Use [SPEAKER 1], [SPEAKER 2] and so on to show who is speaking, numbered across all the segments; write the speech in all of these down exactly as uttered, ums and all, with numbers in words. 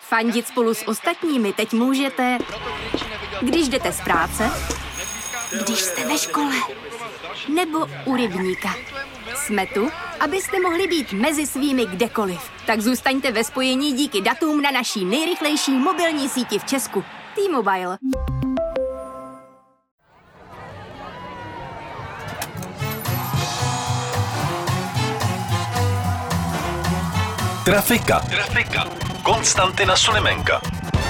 [SPEAKER 1] Fandit spolu s ostatními teď můžete, když jdete z práce, když jste ve škole, nebo u rybníka. Jsme tu, abyste mohli být mezi svými kdekoliv. Tak zůstaňte ve spojení díky datům na naší nejrychlejší mobilní síti v Česku. T-Mobile.
[SPEAKER 2] Trafika. Trafika. Konstantina Sulimenka.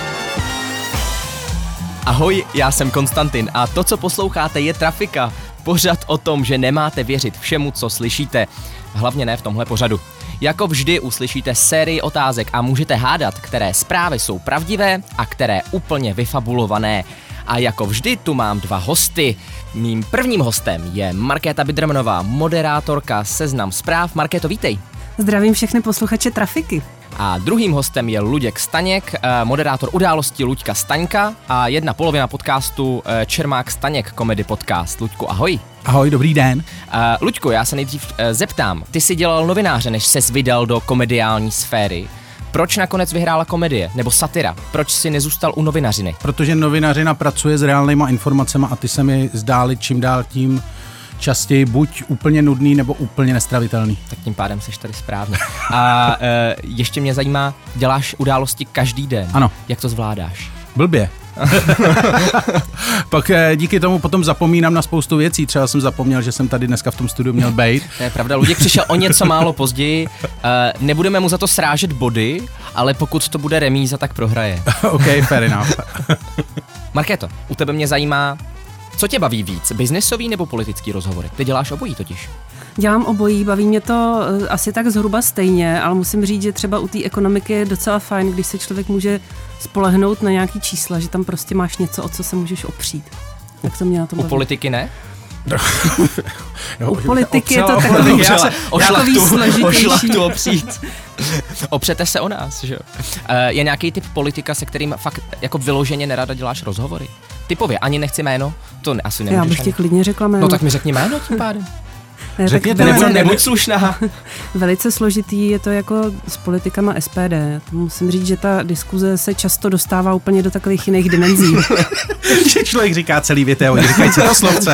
[SPEAKER 3] Ahoj, já jsem Konstantin a to, co posloucháte, je Trafika. Pořad o tom, že nemáte věřit všemu, co slyšíte. Hlavně ne v tomhle pořadu. Jako vždy uslyšíte sérii otázek a můžete hádat, které zprávy jsou pravdivé a které úplně vyfabulované. A jako vždy tu mám dva hosty. Mým prvním hostem je Markéta Bidermanová, moderátorka Seznam zpráv. Markéto, vítej.
[SPEAKER 4] Zdravím všechny posluchače Trafiky.
[SPEAKER 3] A druhým hostem je Luděk Staněk, moderátor událostí Luďka Staňka a jedna polovina podcastu Čermák Staněk Comedy Podcast. Luďku, ahoj.
[SPEAKER 5] Ahoj, dobrý den.
[SPEAKER 3] Uh, Luďku, já se nejdřív uh, zeptám, ty jsi dělal novináře, než ses vydal do komediální sféry. Proč nakonec vyhrála komedie nebo satira? Proč jsi nezůstal u novinařiny?
[SPEAKER 5] Protože novinařina pracuje s reálnýma informacemi a ty se mi zdály čím dál tím častěji buď úplně nudný, nebo úplně nestravitelný.
[SPEAKER 3] Tak tím pádem seš tady správně. A e, ještě mě zajímá, děláš události každý den.
[SPEAKER 5] Ano.
[SPEAKER 3] Jak to zvládáš?
[SPEAKER 5] Blbě. Pak díky tomu potom zapomínám na spoustu věcí. Třeba jsem zapomněl, že jsem tady dneska v tom studiu měl bejt.
[SPEAKER 3] To je pravda, Luděk přišel o něco málo později. E, nebudeme mu za to srážet body, ale pokud to bude remíza, tak prohraje.
[SPEAKER 5] OK, fair enough.
[SPEAKER 3] Markéto, u tebe mě zajímá, co tě baví víc, biznesový nebo politický rozhovory? Ty děláš obojí totiž.
[SPEAKER 4] Dělám obojí, baví mě to asi tak zhruba stejně, ale musím říct, že třeba u té ekonomiky je docela fajn, když se člověk může spolehnout na nějaký čísla, že tam prostě máš něco, o co se můžeš opřít. Tak to mě na tom baví.
[SPEAKER 3] U politiky ne?
[SPEAKER 4] U politiky je to takový, takový složitější.
[SPEAKER 3] O šlachtu opřít. Opřete se o nás, že jo? Je nějaký typ politika, se kterým fakt jako vyloženě nerada děláš rozhovory? Typově, ani nechci jméno, to ne, asi nemůžeš.
[SPEAKER 4] Já bych ti klidně řekla jméno.
[SPEAKER 3] No tak mi řekni jméno tím pádem.
[SPEAKER 4] Ne,
[SPEAKER 3] řekněte, nebuď, nebuď slušná.
[SPEAKER 4] Velice složitý je to jako s politikama S P D. Musím říct, že ta diskuze se často dostává úplně do takových jiných dimenzí.
[SPEAKER 5] Že člověk říká celý věty a oni říkají celoslovce.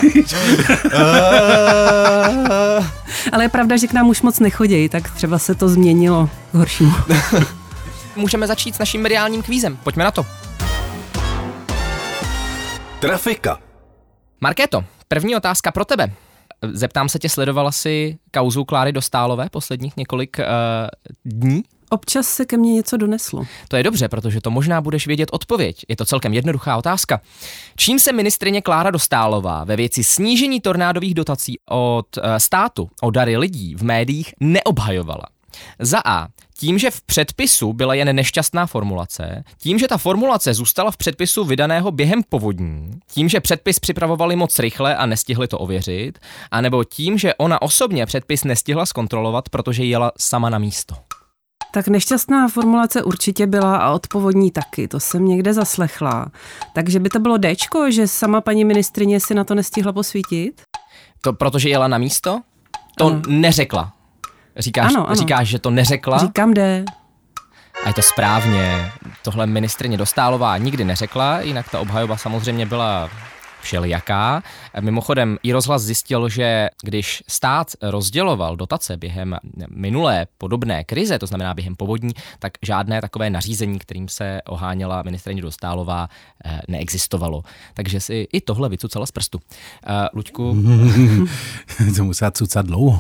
[SPEAKER 4] Ale je pravda, že k nám už moc nechodějí, tak třeba se to změnilo k horšímu.
[SPEAKER 3] Můžeme začít s naším mediálním kvízem. Pojďme na to.
[SPEAKER 2] Trafika.
[SPEAKER 3] Markéto, první otázka pro tebe. Zeptám se tě, sledovala jsi kauzu Kláry Dostálové posledních několik uh, dní?
[SPEAKER 4] Občas se ke mně něco doneslo.
[SPEAKER 3] To je dobře, protože to možná budeš vědět odpověď. Je to celkem jednoduchá otázka. Čím se ministryně Klára Dostálová ve věci snížení tornádových dotací od uh, státu o dary lidí v médiích neobhajovala? Za A. Tím, že v předpisu byla jen nešťastná formulace, tím, že ta formulace zůstala v předpisu vydaného během povodní, tím, že předpis připravovali moc rychle a nestihli to ověřit, anebo tím, že ona osobně předpis nestihla zkontrolovat, protože jela sama na místo.
[SPEAKER 4] Tak nešťastná formulace určitě byla a od povodní taky, to jsem někde zaslechla. Takže by to bylo Dčko, že sama paní ministryně si na to nestihla posvítit?
[SPEAKER 3] To protože jela na místo? To ano. Neřekla. Říkáš,
[SPEAKER 4] ano, ano.
[SPEAKER 3] říkáš, že to neřekla?
[SPEAKER 4] Říkám D.
[SPEAKER 3] A je to správně. Tohle ministryně Dostálová nikdy neřekla, jinak ta obhajoba samozřejmě byla všelijaká. Mimochodem i rozhlas zjistil, že když stát rozděloval dotace během minulé podobné krize, to znamená během povodní, tak žádné takové nařízení, kterým se oháněla ministryně Dostálová, neexistovalo. Takže si i tohle vycucala z prstu. Uh, Luďku?
[SPEAKER 5] To musela cucat dlouho.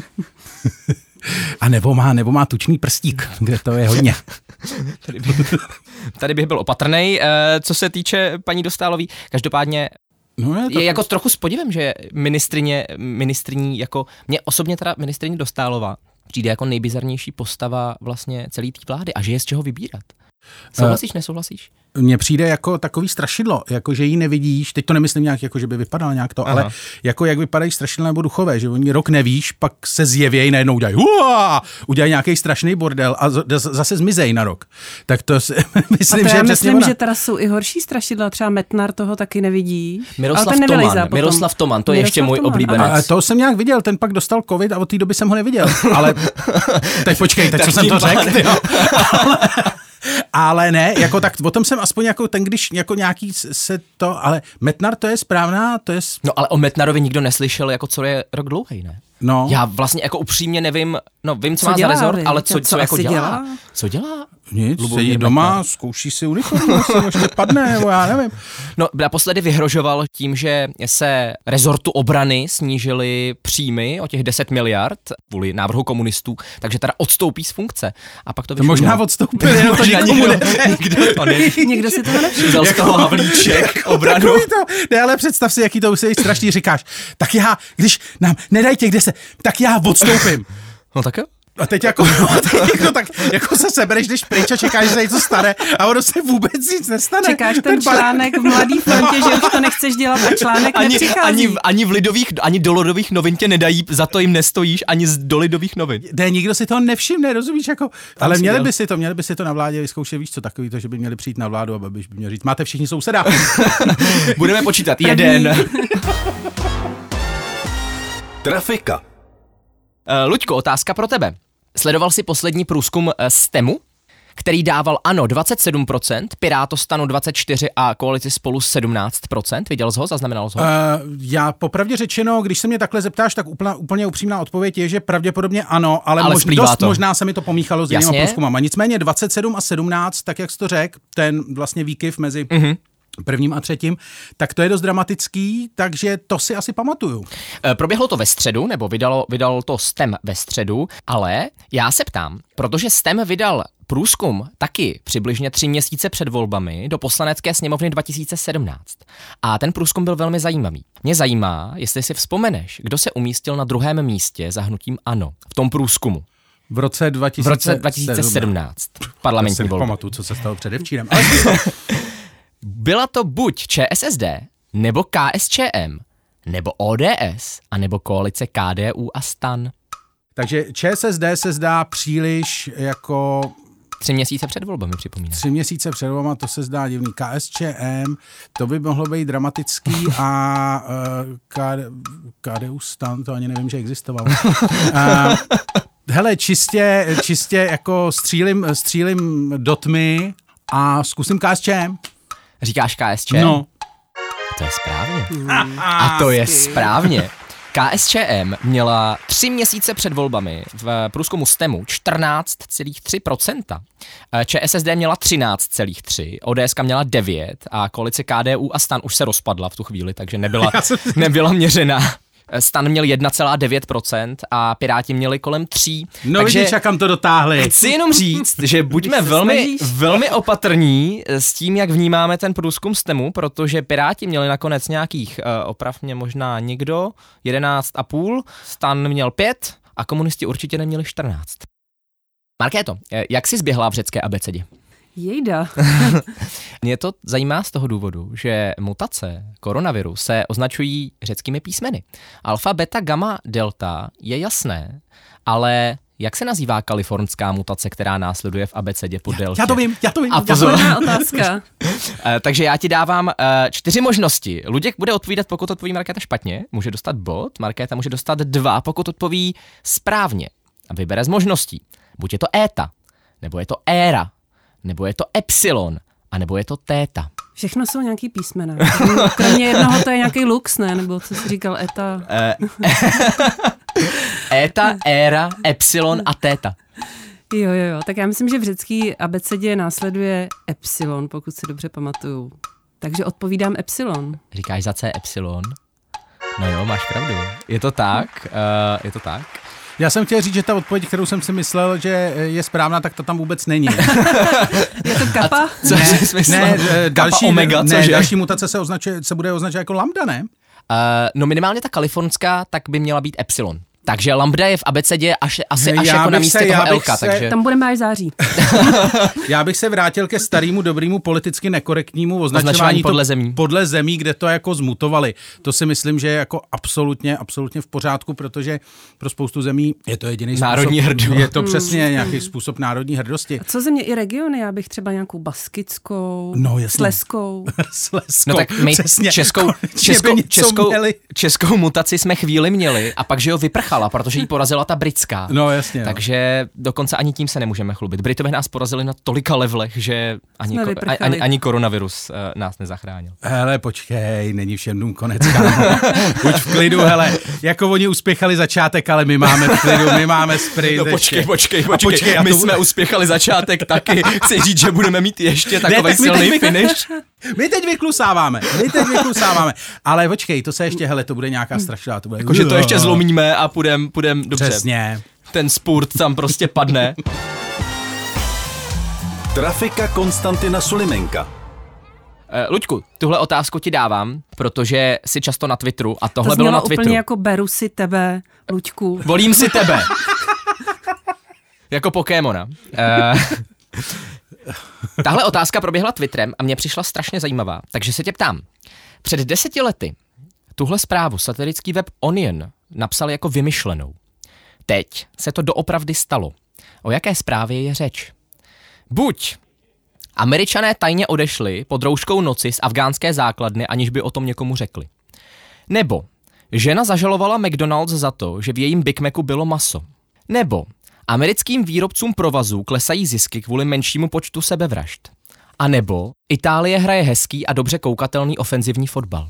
[SPEAKER 5] A nebo má, nebo má tučný prstík, kde to je hodně.
[SPEAKER 3] Tady, by, tady bych byl opatrnej, co se týče paní Dostálové. Každopádně no je, to... je jako trochu s podivem, že ministrině, ministriní jako, mě osobně teda ministrině Dostálová přijde jako nejbizarnější postava vlastně celý té vlády a že je z čeho vybírat. Souhlasíš, nesouhlasíš?
[SPEAKER 5] Mně přijde jako takový strašidlo, jako že ji nevidíš, teď to nemyslím nějak, jako že by vypadala nějak to, Aha. ale jako jak vypadají strašidla nebo duchové, že oni rok nevíš, pak se zjevějí, najednou udělají, uá, udělají nějaký strašný bordel a zase zmizejí na rok. Tak to si, myslím,
[SPEAKER 4] a to
[SPEAKER 5] že
[SPEAKER 4] já
[SPEAKER 5] je
[SPEAKER 4] myslím,
[SPEAKER 5] ona.
[SPEAKER 4] že teda jsou i horší strašidla, třeba Metnar toho taky nevidí.
[SPEAKER 3] Miroslav Toman, Miroslav Toman, to je ještě můj
[SPEAKER 4] Toman.
[SPEAKER 3] oblíbenec.
[SPEAKER 5] A to jsem nějak viděl, ten pak dostal covid a od té doby jsem ho neviděl, ale teď počkejte, co jsem to řekl. Ale ne, jako tak o tom jsem aspoň jako ten, když jako nějaký se to, ale Metnar to je správná, to je...
[SPEAKER 3] No ale o Metnarovi nikdo neslyšel, jako co je rok dlouhej, ne?
[SPEAKER 5] No.
[SPEAKER 3] Já vlastně jako upřímně nevím, no vím, co,
[SPEAKER 4] Co
[SPEAKER 3] má
[SPEAKER 4] dělá,
[SPEAKER 3] za rezort,
[SPEAKER 4] vy?
[SPEAKER 3] ale co, co,
[SPEAKER 4] Co
[SPEAKER 3] jako
[SPEAKER 4] asi
[SPEAKER 3] dělá?
[SPEAKER 4] dělá?
[SPEAKER 3] Co dělá?
[SPEAKER 5] Nic,
[SPEAKER 3] Lubomír
[SPEAKER 5] sedí doma,
[SPEAKER 3] Metnar.
[SPEAKER 5] zkouší si uniformu, se ještě padne, nebo já nevím.
[SPEAKER 3] No, naposledy vyhrožoval tím, že se rezortu obrany snížily příjmy o těch deset miliard kvůli návrhu komunistů, takže teda odstoupí z funkce. A pak to
[SPEAKER 5] To
[SPEAKER 3] vyšlo.
[SPEAKER 5] možná odstoupil, jenom to
[SPEAKER 3] Možná
[SPEAKER 5] nikomu
[SPEAKER 3] nikdo-
[SPEAKER 5] neřekl.
[SPEAKER 3] nikdo to neví.
[SPEAKER 4] Někdo si toho nevšiml.
[SPEAKER 3] Vzal z toho Havlíček obranu.
[SPEAKER 5] Takový to, ne, ale představ si, jaký to už je strašný, říkáš, tak já, když nám nedají těch deset, tak já odstoupím.
[SPEAKER 3] No tak jo.
[SPEAKER 5] A teď jako, no, teď jako, tak, jako se sebereš, jdeš pryč a čekáš, že se něco stane a ono se vůbec nic nestane.
[SPEAKER 4] Čekáš ten
[SPEAKER 5] pan-
[SPEAKER 4] článek v Mladý frontě, že už to nechceš dělat a článek
[SPEAKER 3] Ani,
[SPEAKER 4] nepřichází.
[SPEAKER 3] ani, ani, v lidových, ani do lidových novin tě nedají, za to jim nestojíš, ani z do lidových novin.
[SPEAKER 5] Ne, nikdo si toho nevšimne, rozumíš, jako, ale
[SPEAKER 3] si
[SPEAKER 5] měli
[SPEAKER 3] děl.
[SPEAKER 5] by si to, měli by si to na vládě vyzkoušet, víš co, takový to, že by měli přijít na vládu a Babiš by měl říct, máte všichni souseda.
[SPEAKER 3] Budeme počítat. Jeden.
[SPEAKER 2] Trafika.
[SPEAKER 3] Uh, Luďko, otázka pro tebe. Sledoval jsi poslední průzkum uh, STEMu, který dával ANO dvacet sedm procent, Pirátostanu dvacet čtyři procent a koalici Spolu sedmnáct procent. Viděl jsi ho? Zaznamenal jsi ho?
[SPEAKER 5] Uh, já popravdě řečeno, když se mě takhle zeptáš, tak úplně, úplně upřímná odpověď je, že pravděpodobně ano, ale,
[SPEAKER 3] Ale
[SPEAKER 5] mož,
[SPEAKER 3] splývá
[SPEAKER 5] dost
[SPEAKER 3] to.
[SPEAKER 5] možná se mi to pomíchalo s jinýma
[SPEAKER 3] Jasně.
[SPEAKER 5] průzkumama. Nicméně dvacet sedm a sedmnáct, tak jak jsi to řekl, ten vlastně výkyv mezi
[SPEAKER 3] Mhm.
[SPEAKER 5] prvním a třetím, tak to je dost dramatický, takže to si asi pamatuju.
[SPEAKER 3] E, Proběhlo to ve středu, nebo vydalo, vydal to STEM ve středu, ale já se ptám, protože STEM vydal průzkum taky přibližně tři měsíce před volbami do Poslanecké sněmovny dva tisíce sedmnáct. A ten průzkum byl velmi zajímavý. Mě zajímá, jestli si vzpomeneš, kdo se umístil na druhém místě za hnutím ANO v tom průzkumu.
[SPEAKER 5] V roce dva tisíce
[SPEAKER 3] V roce dva tisíce sedmnáct. Parlamentní volby.
[SPEAKER 5] Pamatuju, co se stalo předevčírem. Ale
[SPEAKER 3] Byla to buď ČSSD, nebo KSČM, nebo O D S, a nebo koalice K D U a STAN.
[SPEAKER 5] takže ČSSD se zdá příliš jako
[SPEAKER 3] Tři měsíce před volbami, připomínám.
[SPEAKER 5] tři měsíce před volbama, to se zdá divný. KSČM, to by mohlo být dramatický a uh, K D U STAN, to ani nevím, že existoval. uh, hele, čistě, čistě jako střílim, střílim do tmy a zkusím KSČM.
[SPEAKER 3] Říkáš KSČM?
[SPEAKER 5] No.
[SPEAKER 3] To je správně. A to je správně. KSČM měla tři měsíce před volbami v průzkumu STEMu čtrnáct celá tři procenta. ČSSD měla třináct celá tři procenta, ODS měla devět a koalice K D U a STAN už se rozpadla v tu chvíli, takže nebyla, nebyla měřena. STAN měl jedna celá devět procenta a Piráti měli kolem tří.
[SPEAKER 5] No
[SPEAKER 3] takže
[SPEAKER 5] vidíš, jak kam to dotáhli.
[SPEAKER 3] chci jenom říct, že buďme
[SPEAKER 4] se
[SPEAKER 3] velmi,
[SPEAKER 4] snažíš.
[SPEAKER 3] velmi opatrní s tím, jak vnímáme ten průzkum STEMu, protože Piráti měli nakonec nějakých, uh, oprav mě možná někdo, jedenáct a půl, STAN měl pět a komunisti určitě neměli čtrnáct. Markéto, jak jsi zběhla v řecké abecedě?
[SPEAKER 4] Jejda.
[SPEAKER 3] Mě to zajímá z toho důvodu, že mutace koronaviru se označují řeckými písmeny. Alfa, beta, gamma, delta je jasné, ale jak se nazývá kalifornská mutace, která následuje v abecedě po deltě?
[SPEAKER 5] Já to vím, já to vím.
[SPEAKER 3] A pozor.
[SPEAKER 4] Dobrá otázka.
[SPEAKER 3] Eh, Takže já ti dávám eh, čtyři možnosti. Luděk bude odpovídat, pokud odpoví Markéta špatně, může dostat bod, Markéta může dostat dva, pokud odpoví správně. A vybere z možností. Buď je to éta, nebo je to éra, nebo je to epsilon, a nebo je to téta.
[SPEAKER 4] Všechno jsou nějaký písmena. Kromě jednoho to je nějaký lux, ne? Nebo co jsi říkal, eta.
[SPEAKER 3] Eh, éta, éra, epsilon a téta.
[SPEAKER 4] Jo, jo, jo. Tak já myslím, že v řecký abecedě následuje epsilon, pokud si dobře pamatuju. Takže odpovídám epsilon.
[SPEAKER 3] Říkáš za C epsilon? No jo, máš pravdu. Je to tak, uh, je to tak.
[SPEAKER 5] Já jsem chtěl říct, že ta odpověď, kterou jsem si myslel, že je správná, tak to tam vůbec není.
[SPEAKER 4] Je to kappa?
[SPEAKER 3] Co
[SPEAKER 5] ne,
[SPEAKER 3] jsi myslel?
[SPEAKER 5] ne, eh, další,
[SPEAKER 3] omega,
[SPEAKER 5] ne,
[SPEAKER 3] cože?
[SPEAKER 5] další mutace se, označuje, se bude označovat jako lambda, ne?
[SPEAKER 3] Uh, no minimálně ta kalifornská, tak by měla být epsilon. Takže lambda je v abecedě až, asi až
[SPEAKER 5] Já
[SPEAKER 3] jako na
[SPEAKER 5] bych
[SPEAKER 3] místě
[SPEAKER 5] se- já
[SPEAKER 3] toho
[SPEAKER 5] bych
[SPEAKER 3] elka,
[SPEAKER 5] se-
[SPEAKER 3] takže...
[SPEAKER 4] Tam budeme až září.
[SPEAKER 5] Já bych se vrátil ke starému, dobrému, politicky nekorektnímu označování,
[SPEAKER 3] Označování
[SPEAKER 5] to-
[SPEAKER 3] podle zemí.
[SPEAKER 5] podle zemí, kde to jako zmutovali. To si myslím, že je jako absolutně, absolutně v pořádku, protože pro spoustu zemí je to jediný
[SPEAKER 3] Národní
[SPEAKER 5] způsob.
[SPEAKER 3] hrdost.
[SPEAKER 5] Je to přesně nějaký způsob národní hrdosti.
[SPEAKER 4] A co země i regiony? Já bych třeba nějakou baskickou,
[SPEAKER 5] No, jasně.
[SPEAKER 4] slezskou.
[SPEAKER 5] Slezskou,
[SPEAKER 3] No tak my
[SPEAKER 5] přesně.
[SPEAKER 3] českou,
[SPEAKER 5] Konečně by
[SPEAKER 3] českou,
[SPEAKER 5] něco
[SPEAKER 3] českou,
[SPEAKER 5] měli.
[SPEAKER 3] českou mutaci jsme chvíli měli a pak, že jo, vyprchali. uspěchala, protože jí porazila ta britská.
[SPEAKER 5] No jasně.
[SPEAKER 3] Takže no. dokonce ani tím se nemůžeme chlubit. Britové nás porazili na tolika levelech, že ani, ko- ani, ani koronavirus uh, nás nezachránil.
[SPEAKER 5] Hele, počkej, není všem dům konec, kámo. Buď v klidu, hele, jako oni uspěchali začátek, ale my máme v klidu, my máme sprint.
[SPEAKER 3] No počkej, počkej, počkej, počkej my to... jsme uspěchali začátek taky. Chci říct, že budeme mít ještě takový tak silný finish.
[SPEAKER 5] My teď vyklusáváme, my teď vyklusáváme. Ale počkej, to se ještě, hele, to bude nějaká strašná. To bude...
[SPEAKER 3] Jakože to ještě zlomíme a půjdem, půjdem dobře.
[SPEAKER 5] Přesně.
[SPEAKER 3] Ten spurt tam prostě padne.
[SPEAKER 2] Trafika Konstantina Sulimenka.
[SPEAKER 3] Uh, Luďku, tuhle otázku ti dávám, protože jsi často na Twitteru a tohle
[SPEAKER 4] to
[SPEAKER 3] bylo na Twitteru.
[SPEAKER 4] To úplně jako beru si tebe, Luďku.
[SPEAKER 3] Volím si tebe. Jako Pokémona. Uh, tahle otázka proběhla Twitterem a mně přišla strašně zajímavá, takže se tě ptám. Před deseti lety tuhle zprávu satirický web Onion napsal jako vymyšlenou. Teď se to doopravdy stalo. O jaké zprávě je řeč? Buď Američané tajně odešli pod rouškou noci z afgánské základny, aniž by o tom někomu řekli. Nebo žena zažalovala McDonald's za to, že v jejím Big Macu bylo maso. Nebo americkým výrobcům provazů klesají zisky kvůli menšímu počtu sebevražd. A nebo Itálie hraje hezký a dobře koukatelný ofenzivní fotbal.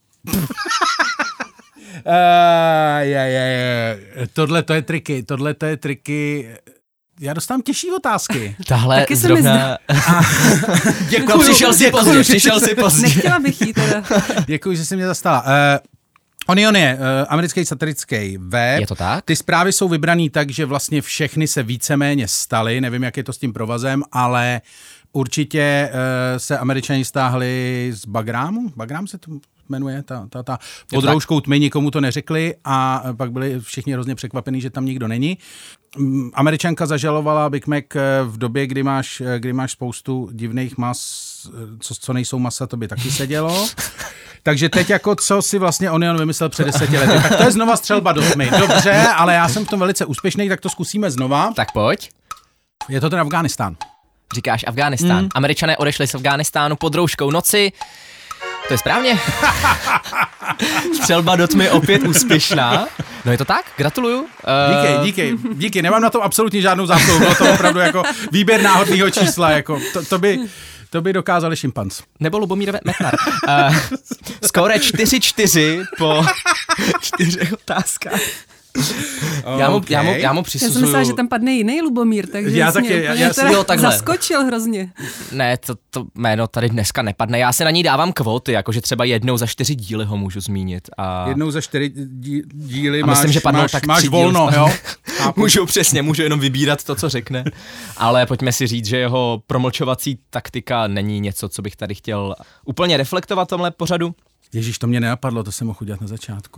[SPEAKER 5] Uh, je, je, je. Tohle to je triky, tohle to je triky. Já dostávám těžší otázky.
[SPEAKER 3] Tahle
[SPEAKER 4] Taky
[SPEAKER 3] zrovna...
[SPEAKER 5] Děkuju,
[SPEAKER 3] no, přišel si pozdě, přišel si pozdě.
[SPEAKER 4] Nechtěla bych jí teda.
[SPEAKER 5] Děkuji, že jsi mě zastala. Uh, Onion je uh, americký satirický web.
[SPEAKER 3] Je to tak?
[SPEAKER 5] Ty zprávy jsou vybraný tak, že vlastně všechny se víceméně staly. Nevím, jak je to s tím provazem, ale určitě uh, se Američani stáhli z Bagrámu. Bagrám se to jmenuje, ta, ta, ta pod rouškou tmy, nikomu to neřekli a pak byli všichni hrozně překvapení, že tam nikdo není. Američanka zažalovala Big Mac v době, kdy máš, kdy máš spoustu divných mas, co, co nejsou masa, to by taky sedělo. Takže teď jako co si vlastně Onion vymyslel před deseti lety, tak to je znova střelba do tmy. Dobře, ale já jsem v tom velice úspěšný, tak to zkusíme znova.
[SPEAKER 3] Tak pojď.
[SPEAKER 5] Je to ten Afghánistán.
[SPEAKER 3] Říkáš Afghánistán.
[SPEAKER 5] Mm.
[SPEAKER 3] Američané odešli z Afghánistánu pod rouškou noci. To je správně. Střelba do tmy opět úspěšná. No je to tak? Gratuluju. Uh...
[SPEAKER 5] Díky, díky, díky. Nemám na tom absolutně žádnou zásluhu. Bylo to opravdu jako výběr náhodného čísla. Jako to, to, by, to by dokázali šimpanz.
[SPEAKER 3] Nebo Lubomír Metnar. Uh, skóre čtyři čtyři po čtyřech otázkách. Já mu,
[SPEAKER 5] okay.
[SPEAKER 3] já, mu, já mu přisuzuju...
[SPEAKER 4] Já jsem myslela, že tam padne jiný Lubomír, takže
[SPEAKER 5] já
[SPEAKER 4] jsi
[SPEAKER 5] taky,
[SPEAKER 4] mě
[SPEAKER 5] já, já
[SPEAKER 4] teda
[SPEAKER 3] jo, takhle.
[SPEAKER 4] zaskočil hrozně.
[SPEAKER 3] Ne, to, to jméno tady dneska nepadne. Já si na ní dávám kvóty, jakože třeba jednou za čtyři díly ho můžu zmínit. A...
[SPEAKER 5] Jednou za čtyři dí, díly
[SPEAKER 3] a
[SPEAKER 5] máš,
[SPEAKER 3] myslím, že padnou
[SPEAKER 5] máš,
[SPEAKER 3] tak
[SPEAKER 5] máš
[SPEAKER 3] tři
[SPEAKER 5] volno,
[SPEAKER 3] díly.
[SPEAKER 5] jo?
[SPEAKER 3] Můžu přesně, můžu jenom vybírat to, co řekne. Ale pojďme si říct, že jeho promlčovací taktika není něco, co bych tady chtěl úplně reflektovat v tomhle pořadu.
[SPEAKER 5] Ježíš, to mě nenapadlo, to jsem mohl udělat na začátku.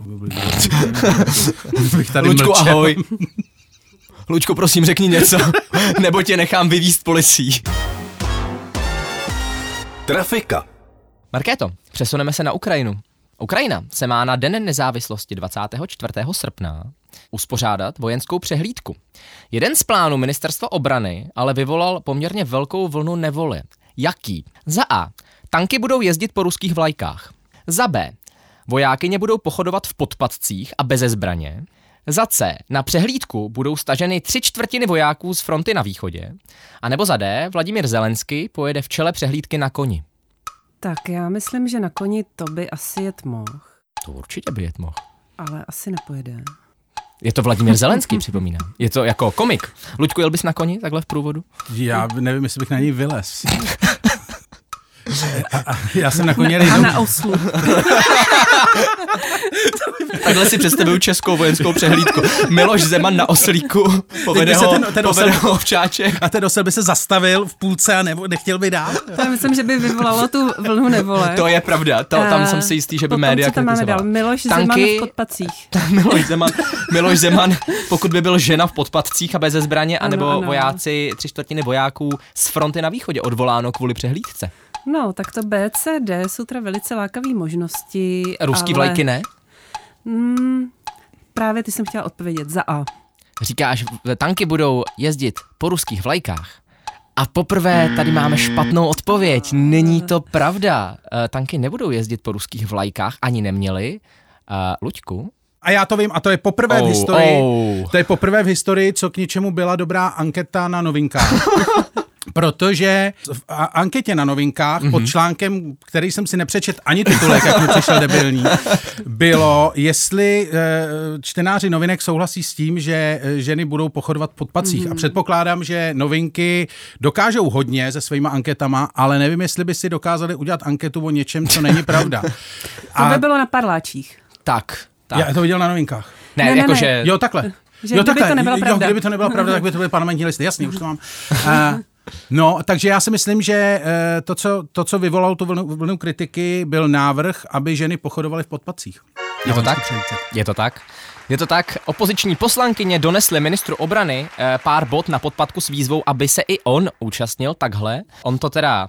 [SPEAKER 5] Bych tady
[SPEAKER 3] Luďku,
[SPEAKER 5] mlčel.
[SPEAKER 3] ahoj. Luďku, prosím, řekni něco, nebo tě nechám vyvízt policií.
[SPEAKER 2] Trafika.
[SPEAKER 3] Markéto, přesuneme se na Ukrajinu. Ukrajina se má na Den nezávislosti dvacátého čtvrtého srpna uspořádat vojenskou přehlídku. Jeden z plánů ministerstva obrany ale vyvolal poměrně velkou vlnu nevole. Jaký? Za A. Tanky budou jezdit po ruských vlajkách. Za B. Vojákyně budou pochodovat v podpatcích a beze zbraně. Za C. Na přehlídku budou staženy tři čtvrtiny vojáků z fronty na východě. A nebo za D. Vladimír Zelenský pojede v čele přehlídky na koni.
[SPEAKER 4] Tak já myslím, že na koni to by asi jet mohl.
[SPEAKER 3] To určitě by jet mohl.
[SPEAKER 4] Ale asi nepojede.
[SPEAKER 3] Je to Vladimír Zelenský, připomínám. Je to jako komik. Luďku, jel bys na koni takhle v průvodu?
[SPEAKER 5] Já nevím, jestli bych na něj vylez. A, a, já jsem na koně
[SPEAKER 4] A na oslu.
[SPEAKER 3] Takhle si představuju českou vojenskou přehlídku. Miloš Zeman na oslíku, povede ho, ten, ten povede osel, ho ovčáček.
[SPEAKER 5] A ten osel by se zastavil v půlce a nebo nechtěl by dál.
[SPEAKER 4] Já myslím, že by vyvolalo tu vlnu nevole.
[SPEAKER 3] To je pravda, to, tam jsem si jistý, že by média kritizovala.
[SPEAKER 4] Miloš Zeman v podpatcích.
[SPEAKER 3] Miloš Zeman, Miloš Zeman, pokud by byl žena v podpatcích a beze zbraně, anebo ano, ano. vojáci, tři čtvrtiny vojáků z fronty na východě odvoláno kvůli přehlídce.
[SPEAKER 4] No, tak to B, C, D jsou teda velice lákavé možnosti.
[SPEAKER 3] Ruský
[SPEAKER 4] ale...
[SPEAKER 3] vlajky ne?
[SPEAKER 4] Mm, právě ty jsem chtěla odpovědět za A.
[SPEAKER 3] Říkáš, tanky budou jezdit po ruských vlajkách. A poprvé tady máme špatnou odpověď. Není to pravda. Tanky nebudou jezdit po ruských vlajkách, ani neměly. Uh, Luďku?
[SPEAKER 5] A já to vím, a to je poprvé
[SPEAKER 3] oh,
[SPEAKER 5] v historii,
[SPEAKER 3] oh.
[SPEAKER 5] to je poprvé v historii, co k něčemu byla dobrá anketa na Novinkách. Protože v anketě na Novinkách mm-hmm. pod článkem, který jsem si nepřečet ani titulek, jak mi přišel debilní, bylo, jestli e, čtenáři Novinek souhlasí s tím, že ženy budou pochodovat v podpacích. Mm-hmm. A předpokládám, že Novinky dokážou hodně se svýma anketama, ale nevím, jestli by si dokázali udělat anketu o něčem, co není pravda.
[SPEAKER 4] A... To by bylo na Parláčích.
[SPEAKER 3] Tak, tak.
[SPEAKER 5] Já to viděl na Novinkách.
[SPEAKER 3] Ne,
[SPEAKER 4] ne,
[SPEAKER 3] jakože...
[SPEAKER 4] ne.
[SPEAKER 5] Jo, takhle.
[SPEAKER 4] Že
[SPEAKER 5] jo,
[SPEAKER 4] kdyby
[SPEAKER 5] takhle.
[SPEAKER 4] to nebyla pravda.
[SPEAKER 5] Jo, kdyby to nebyla pravda, tak by to byly parlamentní listy. Jasně, už to mám. Uh, No, takže já si myslím, že to, co, to, co vyvolalo tu vlnu, vlnu kritiky, byl návrh, aby ženy pochodovaly v podpacích.
[SPEAKER 3] Je to tak? Je to tak? Je to tak. Opoziční poslankyně donesly ministru obrany eh, pár bod na podpatku s výzvou, aby se i on účastnil takhle. On to teda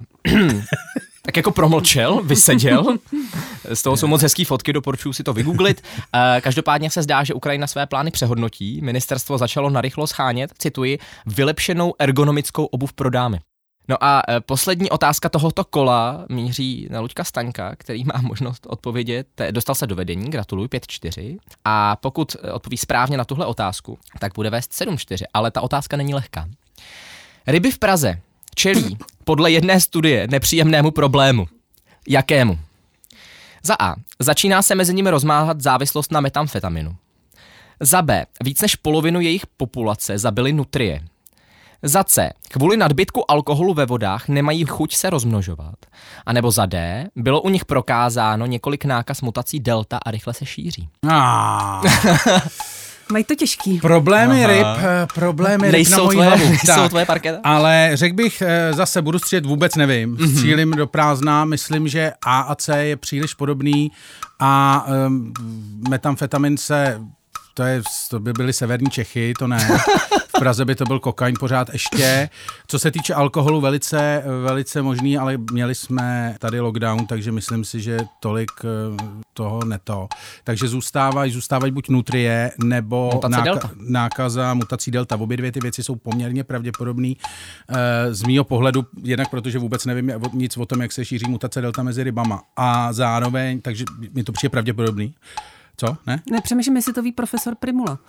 [SPEAKER 3] tak jako promlčel, vyseděl. Z toho jsou moc hezký fotky, doporučuji si to vygooglit. Eh, každopádně se zdá, že Ukrajina své plány přehodnotí. Ministerstvo začalo narychlo schánět, cituji, vylepšenou ergonomickou obuv pro dámy. No a e, poslední otázka tohoto kola míří na Luďka Staňka, který má možnost odpovědět. Dostal se do vedení, gratuluji, pět čtyři. A pokud odpoví správně na tuhle otázku, tak bude vést sedm čtyři, ale ta otázka není lehká. Ryby v Praze čelí podle jedné studie nepříjemnému problému. Jakému? Za A. Začíná se mezi nimi rozmáhat závislost na metamfetaminu. Za B. Víc než polovinu jejich populace zabily nutrie. Za C. Kvůli nadbytku alkoholu ve vodách nemají chuť se rozmnožovat. A nebo za D. Bylo u nich prokázáno několik nákaz mutací delta a rychle se šíří.
[SPEAKER 5] Ah.
[SPEAKER 4] Mají to těžký.
[SPEAKER 5] Problémy Aha. ryb, problémy ryb na mojí hlavu.
[SPEAKER 3] Nejsou tvoje parketa?
[SPEAKER 5] Ale řekl bych, zase budu střílet, vůbec nevím. Mm-hmm. Střílim do prázdna, myslím, že A a C je příliš podobný a um, metamfetamin se... To, je, to by byly severní Čechy, to ne. V Praze by to byl kokain pořád ještě. Co se týče alkoholu, velice, velice možný, ale měli jsme tady lockdown, takže myslím si, že tolik toho neto. Takže zůstávají, zůstávají buď nutrie, nebo náka- nákaza mutací delta. Obě dvě ty věci jsou poměrně pravděpodobné. Z mýho pohledu, jednak protože vůbec nevím nic o tom, jak se šíří mutace delta mezi rybama. A zároveň, takže mi to přijde pravděpodobný. Co? Ne?
[SPEAKER 4] Ne, přemýšlím, jestli to ví profesor Primula.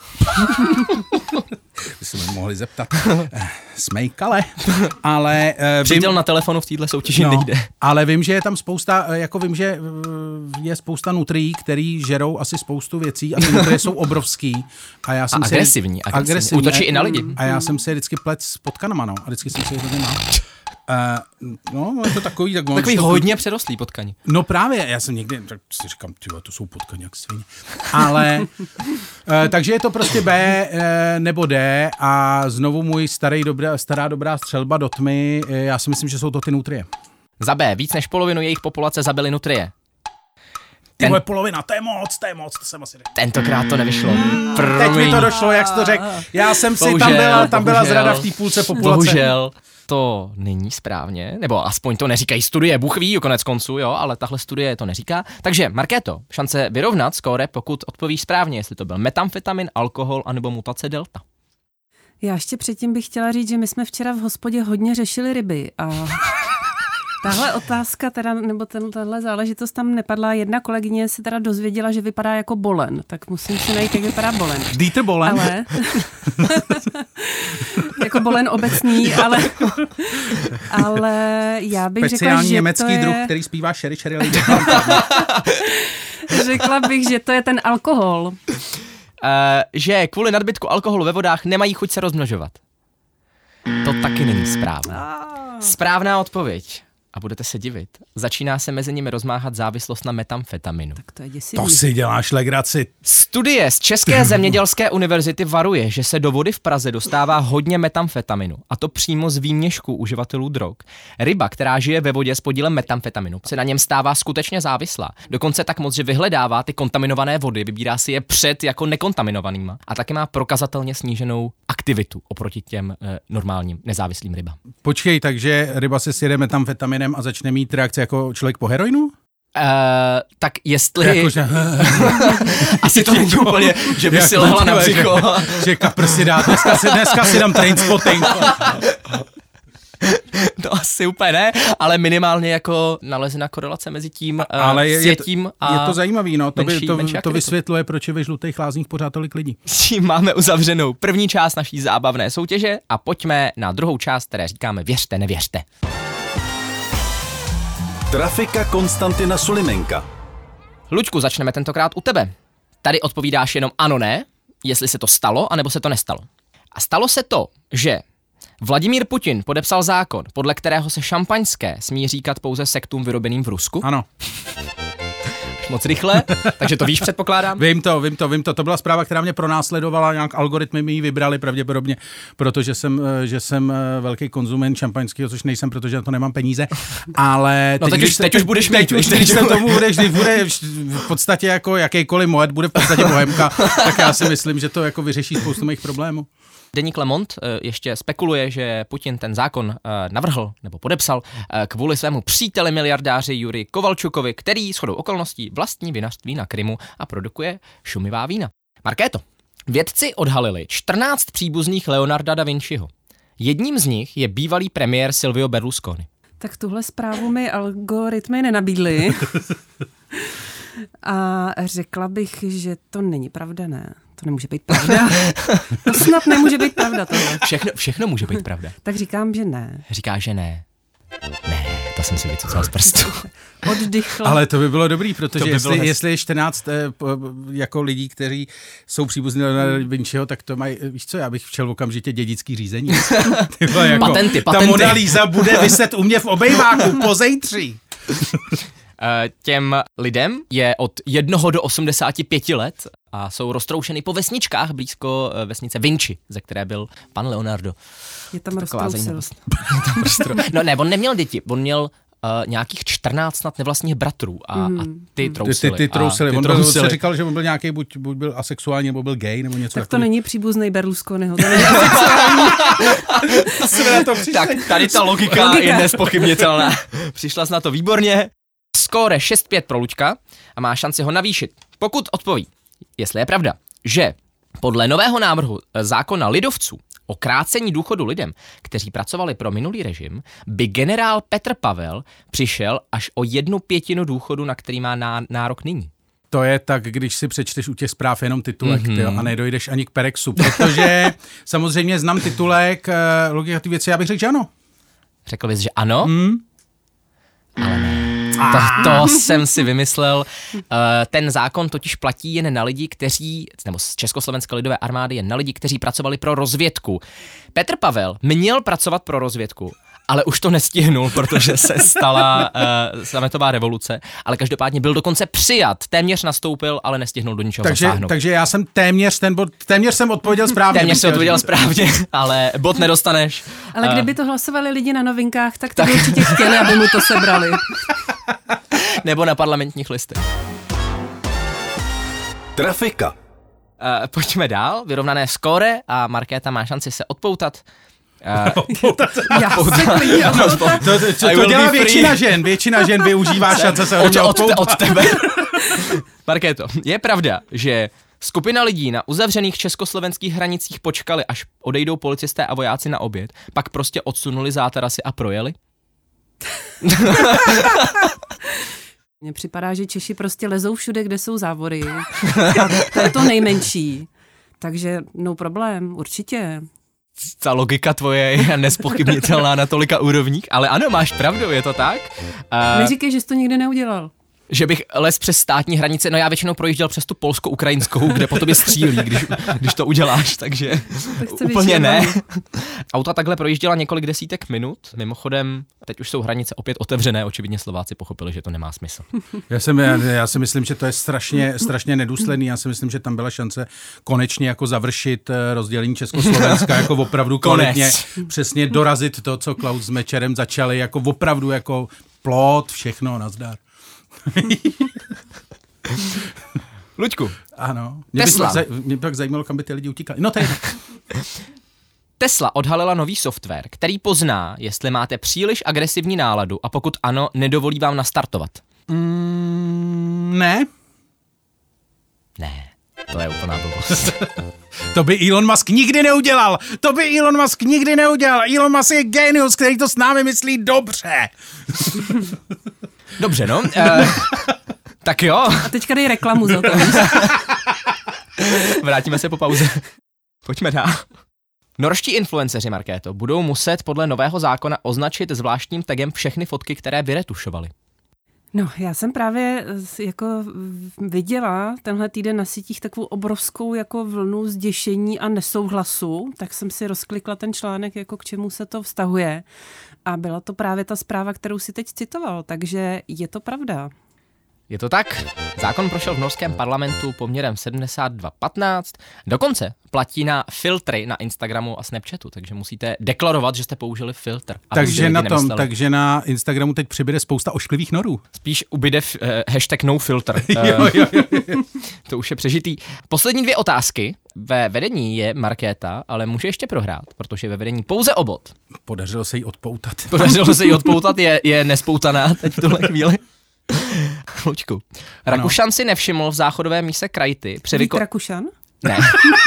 [SPEAKER 5] By se mi mohli zeptat. Smejkale. Ale
[SPEAKER 3] uh, přítel na telefonu v téhle soutěži no, nejde.
[SPEAKER 5] Ale vím, že je tam spousta, jako vím, že je spousta nutrií, který žerou asi spoustu věcí a ty nutrie jsou obrovský. A já jsem
[SPEAKER 3] a
[SPEAKER 5] si
[SPEAKER 3] agresivní, agresivní. agresivní. Útočí i na lidi.
[SPEAKER 5] A já jsem si vždycky plet s potkanama, no. A vždycky jsem si je hodně mal. Uh, no, je to takový... Tak
[SPEAKER 3] takový to... hodně přerostlý potkani.
[SPEAKER 5] No právě, já jsem někdy, tak si říkám, tyjo, to jsou potkani jak svině. Ale, uh, takže je to prostě B uh, nebo D a znovu můj starý dobrá, stará dobrá střelba do tmy, uh, já si myslím, že jsou to ty nutrie.
[SPEAKER 3] Za B, víc než polovinu jejich populace zabily nutrie.
[SPEAKER 5] Ten... Tyhle polovina, to je moc, to je moc, to jsem asi řekl.
[SPEAKER 3] Tentokrát to nevyšlo.
[SPEAKER 5] Mm, teď mi to došlo, jak jsi to řekl. Já jsem si, bohužel, tam byla, tam byla bohužel, zrada v té půlce populace.
[SPEAKER 3] Bohužel. To není správně, nebo aspoň to neříkají studie, Bůh ví, konec konců, jo, ale tahle studie to neříká. Takže, Markéto, šance vyrovnat skóre, pokud odpovíš správně, jestli to byl metamfetamin, alkohol, anebo mutace delta.
[SPEAKER 4] Já ještě předtím bych chtěla říct, že my jsme včera v hospodě hodně řešili ryby a tahle otázka, teda, nebo ten, tahle záležitost tam nepadla. Jedna kolegyně si teda dozvěděla, že vypadá jako bolen, tak musím si najít, jak vypadá bolen.
[SPEAKER 5] Dieter Bohlen.
[SPEAKER 4] Ale... jako bolen obecný, ale, ale já bych
[SPEAKER 5] speciální
[SPEAKER 4] řekla, že
[SPEAKER 5] německý
[SPEAKER 4] to je...
[SPEAKER 5] druh, který zpívá Sherry Sherry Lady.
[SPEAKER 4] Řekla bych, že to je ten alkohol.
[SPEAKER 3] Uh, že kvůli nadbytku alkoholu ve vodách nemají chuť se rozmnožovat. To taky není správné. Správná odpověď. A budete se divit. Začíná se mezi nimi rozmáhat závislost na metamfetaminu.
[SPEAKER 4] Tak to je děsivý.
[SPEAKER 5] To si děláš legraci.
[SPEAKER 3] Studie z České zemědělské univerzity varuje, že se do vody v Praze dostává hodně metamfetaminu, a to přímo z výměšku uživatelů drog. Ryba, která žije ve vodě s podílem metamfetaminu, se na něm stává skutečně závislá. Dokonce tak moc, že vyhledává ty kontaminované vody, vybírá si je před jako nekontaminovanýma a taky má prokazatelně sníženou aktivitu oproti těm e, normálním nezávislým rybám.
[SPEAKER 5] Počkej, takže ryba se sjede metamfetaminem a začne mít reakci jako člověk po heroinu? Uh,
[SPEAKER 3] tak jestli...
[SPEAKER 5] Jako, že...
[SPEAKER 3] Asi to není úplně, že by si lehla na psycho.
[SPEAKER 5] Že, že kapr si dá, dneska si, dneska si dám Trainspotting.
[SPEAKER 3] To asi úplně ne, ale minimálně jako nalezena korelace mezi tím
[SPEAKER 5] ale je,
[SPEAKER 3] světím a
[SPEAKER 5] je to zajímavý, no. To,
[SPEAKER 3] menší,
[SPEAKER 5] by, to,
[SPEAKER 3] menší
[SPEAKER 5] to vysvětluje, proč je ve žlutých lázních pořád tolik lidí.
[SPEAKER 3] S tím máme uzavřenou první část naší zábavné soutěže a pojďme na druhou část, které říkáme věřte, nevěřte.
[SPEAKER 2] Trafika Konstantina Sulimenka.
[SPEAKER 3] Luďku, začneme tentokrát u tebe. Tady odpovídáš jenom ano, ne, jestli se to stalo, anebo se to nestalo. A stalo se to, že Vladimír Putin podepsal zákon, podle kterého se šampaňské smí říkat pouze sektům vyrobeným v Rusku.
[SPEAKER 5] Ano.
[SPEAKER 3] Moc rychle, takže to víš, předpokládám.
[SPEAKER 5] Vím to, vím to, vím to. To byla zpráva, která mě pronásledovala, nějak algoritmy mi ji vybrali pravděpodobně, protože jsem, že jsem velký konzument šampaňského, což nejsem, protože na to nemám peníze. Ale
[SPEAKER 3] no teď, teď, už, teď už budeš
[SPEAKER 5] teď,
[SPEAKER 3] mít.
[SPEAKER 5] Teď, teď se tomu bude, když bude v podstatě jako jakýkoliv moet, bude v podstatě bohemka, tak já si myslím, že to jako vyřeší spoustu mých problémů.
[SPEAKER 3] Deník Le Monde ještě spekuluje, že Putin ten zákon navrhl nebo podepsal kvůli svému příteli miliardáři Jurij Kovalčukovi, který shodou okolností vlastní vinařství na Krymu a produkuje šumivá vína. Markéto, vědci odhalili čtrnáct příbuzných Leonarda da Vinciho. Jedním z nich je bývalý premiér Silvio Berlusconi.
[SPEAKER 4] Tak tuhle zprávu mi algoritmy nenabídly. A řekla bych, že to není pravda, ne. To nemůže být pravda. To snad nemůže být pravda tohle.
[SPEAKER 3] Všechno, všechno může být pravda.
[SPEAKER 4] Tak říkám, že ne.
[SPEAKER 3] Říká, že ne. Ne, to jsem si vycucal z prstu.
[SPEAKER 4] Oddychla.
[SPEAKER 5] Ale to by bylo dobrý, protože
[SPEAKER 3] by
[SPEAKER 5] jestli,
[SPEAKER 3] bylo
[SPEAKER 5] jestli je čtrnáct eh, jako lidí, kteří jsou příbuzní Leonarda da Vinciho, tak to mají, víš co, já bych včel okamžitě dědický řízení. Tyhle, jako,
[SPEAKER 3] patenty, patenty.
[SPEAKER 5] Ta Mona Lisa bude viset u mě v obejváku pozejtří.
[SPEAKER 3] Těm lidem je od jednoho do osmdesáti pěti let a jsou roztroušeny po vesničkách blízko vesnice Vinci, ze které byl pan Leonardo.
[SPEAKER 4] Je tam roztrousil.
[SPEAKER 3] No ne, on neměl děti, on měl uh, nějakých čtrnáct snad nevlastních bratrů a, mm. a ty trousili.
[SPEAKER 5] Ty, ty, ty trousili.
[SPEAKER 3] Ty
[SPEAKER 5] on
[SPEAKER 3] trousili.
[SPEAKER 5] se říkal, že on byl nějaký, buď, buď byl asexuální, nebo byl gay, nebo něco.
[SPEAKER 4] Tak to
[SPEAKER 5] takový.
[SPEAKER 4] není příbuznej Berlusconiho, to není asexuální.
[SPEAKER 3] Tak tady ta logika, logika je nezpochybnitelná. Přišla jsi na to výborně. Skóre šest pět pro Luďka a má šanci ho navýšit, pokud odpoví, jestli je pravda, že podle nového návrhu zákona lidovců o krácení důchodu lidem, kteří pracovali pro minulý režim, by generál Petr Pavel přišel až o jednu pětinu důchodu, na který má nárok nyní.
[SPEAKER 5] To je tak, když si přečteš u těch zpráv jenom titulek, mm-hmm. tyjo, a nedojdeš ani k Perexu, protože samozřejmě znám titulek, logika ty věci, já bych řekl, že ano.
[SPEAKER 3] Řekl bys, že ano?
[SPEAKER 5] Mm.
[SPEAKER 3] Ale ne. To, to jsem si vymyslel. Ten zákon totiž platí jen na lidi, kteří, nebo z Československé lidové armády jen na lidi, kteří pracovali pro rozvědku. Petr Pavel měl pracovat pro rozvědku, ale už to nestihnul, protože se stala uh, sametová revoluce, ale každopádně byl dokonce přijat, téměř nastoupil, ale nestihnul do ničeho
[SPEAKER 5] takže,
[SPEAKER 3] zasáhnout.
[SPEAKER 5] Takže já jsem téměř ten bod, téměř jsem odpověděl správně.
[SPEAKER 3] Téměř jsem odpověděl správně, ale bod nedostaneš.
[SPEAKER 4] Ale kdyby to hlasovali lidi na novinkách, tak to tak. by určitě chtěli, aby mu to sebrali.
[SPEAKER 3] Nebo na parlamentních listech.
[SPEAKER 2] Trafika.
[SPEAKER 3] Uh, pojďme dál, vyrovnané skóre a Markéta má šanci se odpoutat.
[SPEAKER 5] Uh, Já to, to, to, to, to dělá většina žen, většina žen využívá šance se
[SPEAKER 3] od, od, od tebe. Markéto, je pravda, že skupina lidí na uzavřených československých hranicích počkali, až odejdou policisté a vojáci na oběd, pak prostě odsunuli zátarasy a projeli?
[SPEAKER 4] Mně připadá, že Češi prostě lezou všude, kde jsou závory. A to je to nejmenší. Takže no problém, určitě.
[SPEAKER 3] Ta logika tvoje je nezpochybnitelná na tolika úrovních, ale ano, máš pravdu, je to tak?
[SPEAKER 4] Uh, Neříkej, že jsi to nikdy neudělal.
[SPEAKER 3] Že bych les přes státní hranice, no já většinou projížděl přes tu polsko-ukrajinskou, kde po tobě střílí, když, když to uděláš, takže úplně ne. Auta takhle projížděla několik desítek minut, mimochodem teď už jsou hranice opět otevřené, očividně Slováci pochopili, že to nemá smysl.
[SPEAKER 5] Já, jsem, já, já si myslím, že to je strašně, strašně nedůsledný, já si myslím, že tam byla šance konečně jako završit rozdělení Československa, jako opravdu kvalitně, přesně dorazit to, co Klaus s Mečerem začali, jako opravdu jako plot, všechno, nazdar.
[SPEAKER 3] Luďku.
[SPEAKER 5] Ano. Mě by, zaj, mě by pak zajímalo, kam by ty lidi utíkali. No tady.
[SPEAKER 3] Tesla odhalila nový software, který pozná, jestli máte příliš agresivní náladu a pokud ano, nedovolí vám nastartovat.
[SPEAKER 5] Mm, ne.
[SPEAKER 3] Ne, to je úplná blbost.
[SPEAKER 5] To by Elon Musk nikdy neudělal. To by Elon Musk nikdy neudělal. Elon Musk je genius, který to s námi myslí dobře.
[SPEAKER 3] Dobře, no. Uh, tak jo.
[SPEAKER 4] A teďka dej reklamu za to.
[SPEAKER 3] Vrátíme se po pauze. Pojďme dál. Norští influenceři, Markéto, budou muset podle nového zákona označit zvláštním tagem všechny fotky, které vyretušovali.
[SPEAKER 4] No, já jsem právě jako viděla tenhle týden na sítích takovou obrovskou jako vlnu zděšení a nesouhlasu, tak jsem si rozklikla ten článek, jako k čemu se to vztahuje. A byla to právě ta zpráva, kterou si teď citoval, takže je to pravda.
[SPEAKER 3] Je to tak? Zákon prošel v norském parlamentu poměrem sedmdesát dva patnáct. Dokonce platí na filtry na Instagramu a Snapchatu, takže musíte deklarovat, že jste použili filtr.
[SPEAKER 5] Takže na tom, takže na Instagramu teď přibyde spousta ošklivých norů.
[SPEAKER 3] Spíš ubyde uh, hashtag no filter.
[SPEAKER 5] jo, jo, jo, jo.
[SPEAKER 3] To už je přežitý. Poslední dvě otázky. Ve vedení je Markéta, ale může ještě prohrát, protože je ve vedení pouze o bod.
[SPEAKER 5] Podařilo se jí odpoutat.
[SPEAKER 3] Podařilo se jí odpoutat, je, je nespoutaná teď v tuhle chvíli. Lučku. Rakušan si nevšiml v záchodové míse Krajty.
[SPEAKER 4] Převyko... Vít Rakušan?
[SPEAKER 3] Ne.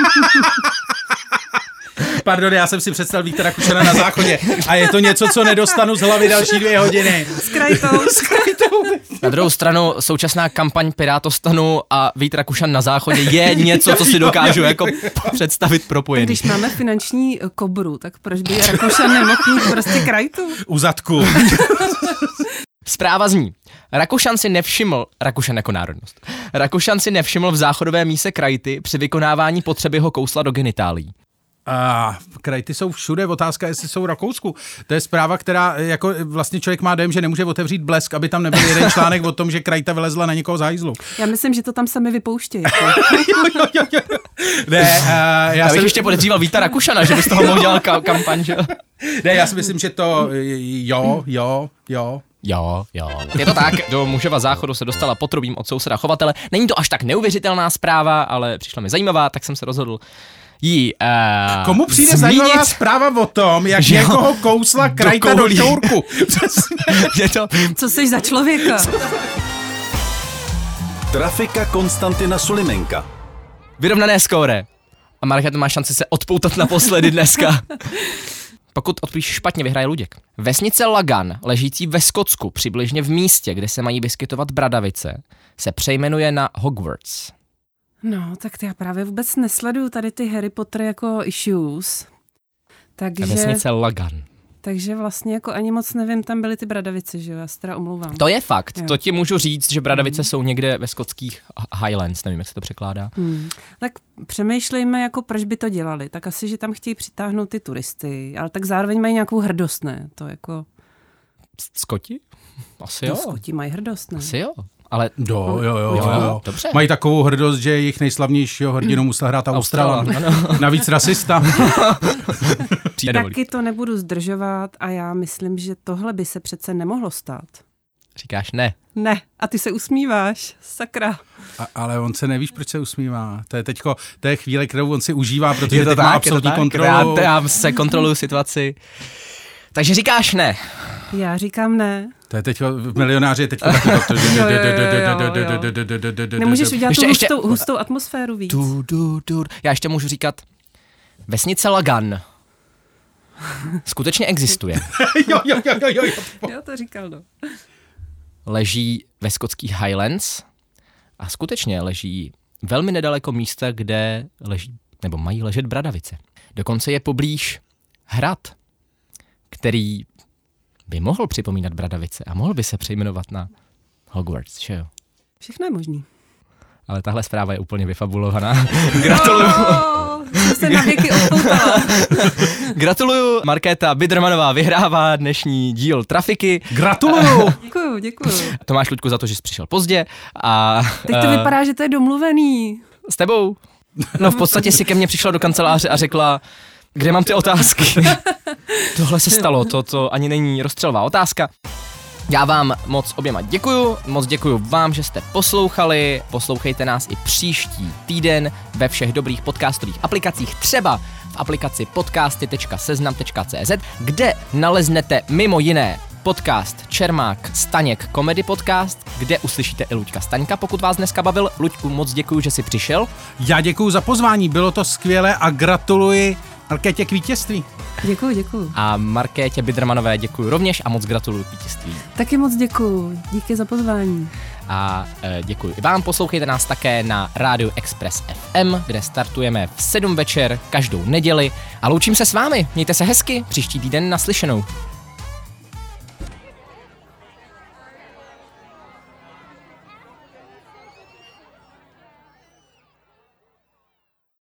[SPEAKER 5] Pardon, já jsem si představil Víta Rakušana na záchodě a je to něco, co nedostanu z hlavy další dvě hodiny.
[SPEAKER 4] S Krajtou.
[SPEAKER 5] S Krajtou.
[SPEAKER 3] Na druhou stranu současná kampaň Pirátostanu a Vít Rakušan na záchodě je něco, co si dokážu jako představit propojený.
[SPEAKER 4] Když máme finanční kobru, tak proč by Rakušan nemohl mít prostě Krajtu?
[SPEAKER 5] U zadku.
[SPEAKER 3] Zpráva zní. Rakušan si nevšiml, Rakušan jako národnost, Rakušan si nevšiml v záchodové míse Krajty při vykonávání potřeby ho kousla do genitálí.
[SPEAKER 5] A Krajty jsou všude, otázka, jestli jsou v Rakousku. To je zpráva, která jako vlastně člověk má dojem, že nemůže otevřít Blesk, aby tam nebyl jeden článek o tom, že Krajta vylezla na někoho z hajzlu.
[SPEAKER 4] Já myslím, že to tam sami vypouštějí. Jako.
[SPEAKER 5] jo, jo, jo, jo. Ne, uh, já,
[SPEAKER 3] já bych
[SPEAKER 5] jsem...
[SPEAKER 3] ještě podezříval Víta Rakušana, že bys toho mohl dělat ka- kampaň, že?
[SPEAKER 5] Ne, já si myslím, že to jo, jo, jo.
[SPEAKER 3] Jo, jo. Je to tak, do mužova záchodu se dostala potrubím od souseda chovatele. Není to až tak neuvěřitelná zpráva, ale přišla mi zajímavá, tak jsem se rozhodl jí uh,
[SPEAKER 5] Komu přijde
[SPEAKER 3] zmínit...
[SPEAKER 5] zajímavá zpráva o tom, jak
[SPEAKER 3] jo,
[SPEAKER 5] někoho kousla Krajta do, do šourku?
[SPEAKER 3] Je to...
[SPEAKER 4] Co jsi za člověka?
[SPEAKER 2] Trafika Konstantina Sulimenka.
[SPEAKER 3] Vyrovnané skóre. A Markéta má šanci se odpoutat naposledy dneska. Pokud odpovíš špatně, vyhraje Luděk. Vesnice Lagan, ležící ve Skotsku, přibližně v místě, kde se mají vyskytovat bradavice, se přejmenuje na Hogwarts.
[SPEAKER 4] No, tak já právě vůbec nesleduju tady ty Harry Potter jako issues. Takže,
[SPEAKER 3] vesnice Lagan.
[SPEAKER 4] Takže vlastně jako ani moc nevím, tam byly ty bradavice, že jo, já se teda omlouvám.
[SPEAKER 3] To je fakt,
[SPEAKER 4] jo.
[SPEAKER 3] To ti můžu říct, že bradavice hmm. jsou někde ve skotských Highlands, nevím, jak se to překládá.
[SPEAKER 4] Hmm. Tak přemýšlejme, jako proč by to dělali. Tak asi, že tam chtějí přitáhnout ty turisty, ale tak zároveň mají nějakou hrdost, ne? To jako...
[SPEAKER 3] Skoti? Asi
[SPEAKER 4] no,
[SPEAKER 3] jo.
[SPEAKER 4] Skoti mají hrdost, ne?
[SPEAKER 3] Asi jo. Ale
[SPEAKER 5] do, jo, jo, jo, jo, jo.
[SPEAKER 3] Dobře.
[SPEAKER 5] Mají takovou hrdost, že jejich nejslavnějšího hrdinu musel hrát Australan. Navíc rasista.
[SPEAKER 4] Taky to nebudu zdržovat a já myslím, že tohle by se přece nemohlo stát.
[SPEAKER 3] Říkáš ne.
[SPEAKER 4] Ne. A ty se usmíváš. Sakra.
[SPEAKER 5] A, ale on se nevíš, proč se usmívá. To je teďko, to je chvíle, kterou on si užívá, protože
[SPEAKER 3] je to
[SPEAKER 5] teď
[SPEAKER 3] tak,
[SPEAKER 5] má absolutní kontrolu.
[SPEAKER 3] Já, já se kontroluju situaci. Takže říkáš ne.
[SPEAKER 4] Já říkám ne.
[SPEAKER 5] To je teď v Milionáři je teď taky
[SPEAKER 4] nemůžeš udělat tu hustou, hustou atmosféru víc.
[SPEAKER 3] Du, du, du. Já ještě můžu říkat vesnice Lagan. Skutečně existuje.
[SPEAKER 5] jo, jo, jo, jo, jo.
[SPEAKER 4] Jo, to říkal, no.
[SPEAKER 3] Leží ve skotských Highlands a skutečně leží velmi nedaleko místa, kde leží, nebo mají ležet bradavice. Dokonce je poblíž hrad, který by mohl připomínat bradavice a mohl by se přejmenovat na Hogwarts, že jo?
[SPEAKER 4] Všechno je možný.
[SPEAKER 3] Ale tahle zpráva je úplně vyfabulovaná. Gratuluju.
[SPEAKER 4] Oh, jsem se na věky odpoutala.
[SPEAKER 3] Gratuluju, Markéta Bidermanová vyhrává dnešní díl Trafiky.
[SPEAKER 5] Gratuluju.
[SPEAKER 4] Děkuju, děkuju.
[SPEAKER 3] Tomáš Luďku za to, že jsi přišel pozdě. A,
[SPEAKER 4] teď to uh, vypadá, že to je domluvený.
[SPEAKER 3] S tebou? No v podstatě si ke mně přišla do kanceláře a řekla, kde mám ty otázky. Tohle se stalo, to, to ani není rozstřelová otázka. Já vám moc oběma děkuju, moc děkuju vám, že jste poslouchali, poslouchejte nás i příští týden ve všech dobrých podcastových aplikacích, třeba v aplikaci podcasty tečka seznam tečka cé zet, kde naleznete mimo jiné podcast Čermák Staněk Comedy Podcast, kde uslyšíte i Luďka Staňka, pokud vás dneska bavil. Luďku, moc děkuji, že jsi přišel.
[SPEAKER 5] Já děkuji za pozvání, bylo to skvělé a gratuluji Markétě k vítězství.
[SPEAKER 4] Děkuji, děkuji.
[SPEAKER 3] A Markétě Bidermanové děkuji rovněž a moc gratuluji k vítězství.
[SPEAKER 4] Taky moc děkuji, díky za pozvání.
[SPEAKER 3] A e, děkuji i vám, poslouchejte nás také na Rádiu Express F M, kde startujeme v sedm večer každou neděli a loučím se s vámi, mějte se hezky, příští týden naslyšenou.